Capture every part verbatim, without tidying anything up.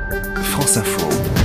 France Info.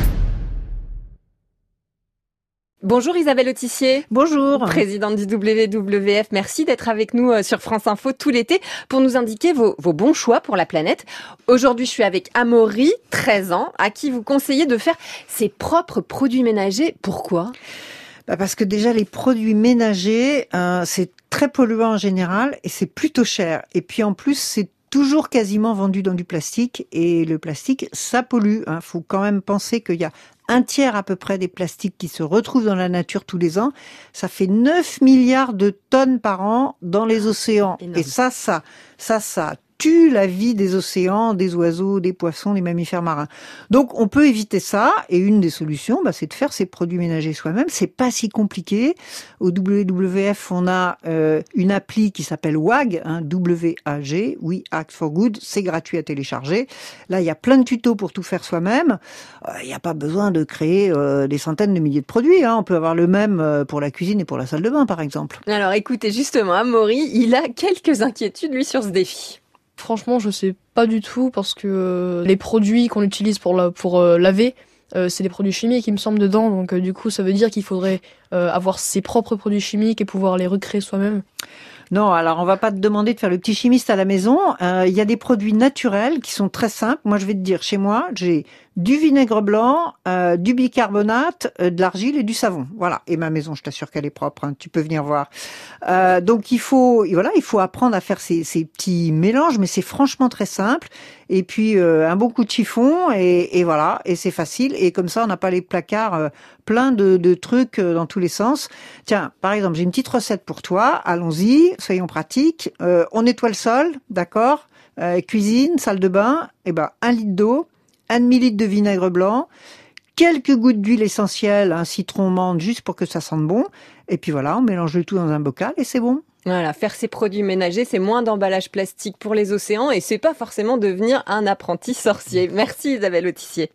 Bonjour Isabelle Autissier. Bonjour. Présidente du W W F, merci d'être avec nous sur France Info tout l'été pour nous indiquer vos, vos bons choix pour la planète. Aujourd'hui, je suis avec Amaury, treize ans, à qui vous conseillez de faire ses propres produits ménagers. Pourquoi ? Bah parce que déjà, les produits ménagers, euh, c'est très polluant en général et c'est plutôt cher. Et puis en plus, c'est toujours quasiment vendu dans du plastique et le plastique, ça pollue. Il hein. faut quand même penser qu'il y a un tiers à peu près des plastiques qui se retrouvent dans la nature tous les ans. Ça fait neuf milliards de tonnes par an dans les océans. Énorme. Et ça, ça, ça, ça tue la vie des océans, des oiseaux, des poissons, des mammifères marins. Donc, on peut éviter ça. Et une des solutions, bah, c'est de faire ses produits ménagers soi-même. C'est pas si compliqué. Au W W F, on a euh, une appli qui s'appelle W A G, hein, W A G, We Act for Good. C'est gratuit à télécharger. Là, il y a plein de tutos pour tout faire soi-même. Il euh, n'y a pas besoin de créer euh, des centaines de milliers de produits. Hein. On peut avoir le même euh, pour la cuisine et pour la salle de bain, par exemple. Alors, écoutez, justement, Amaury, il a quelques inquiétudes, lui, sur ce défi. Franchement, je sais pas du tout parce que les produits qu'on utilise pour, la, pour euh, laver, euh, c'est des produits chimiques, il me semble, dedans. Donc euh, du coup, ça veut dire qu'il faudrait euh, avoir ses propres produits chimiques et pouvoir les recréer soi-même. Non, alors on va pas te demander de faire le petit chimiste à la maison. Euh, il y a des produits naturels qui sont très simples. Moi, je vais te dire, chez moi, j'ai du vinaigre blanc, euh, du bicarbonate, euh, de l'argile et du savon. Voilà. Et ma maison, je t'assure qu'elle est propre. Hein. Tu peux venir voir. Euh, donc il faut, voilà, il faut apprendre à faire ces, ces petits mélanges, mais c'est franchement très simple. Et puis euh, un bon coup de chiffon et, et voilà, et c'est facile. Et comme ça, on n'a pas les placards euh, pleins de, de trucs euh, dans tous les sens. Tiens, par exemple, j'ai une petite recette pour toi. Allons-y, soyons pratiques. Euh, on nettoie le sol, d'accord. Euh, cuisine, salle de bain. Et ben un litre d'eau, un demi-litre de vinaigre blanc, quelques gouttes d'huile essentielle, un citron menthe juste pour que ça sente bon. Et puis voilà, on mélange le tout dans un bocal et c'est bon. Voilà, faire ses produits ménagers, c'est moins d'emballage plastique pour les océans et c'est pas forcément devenir un apprenti sorcier. Merci Isabelle Autissier.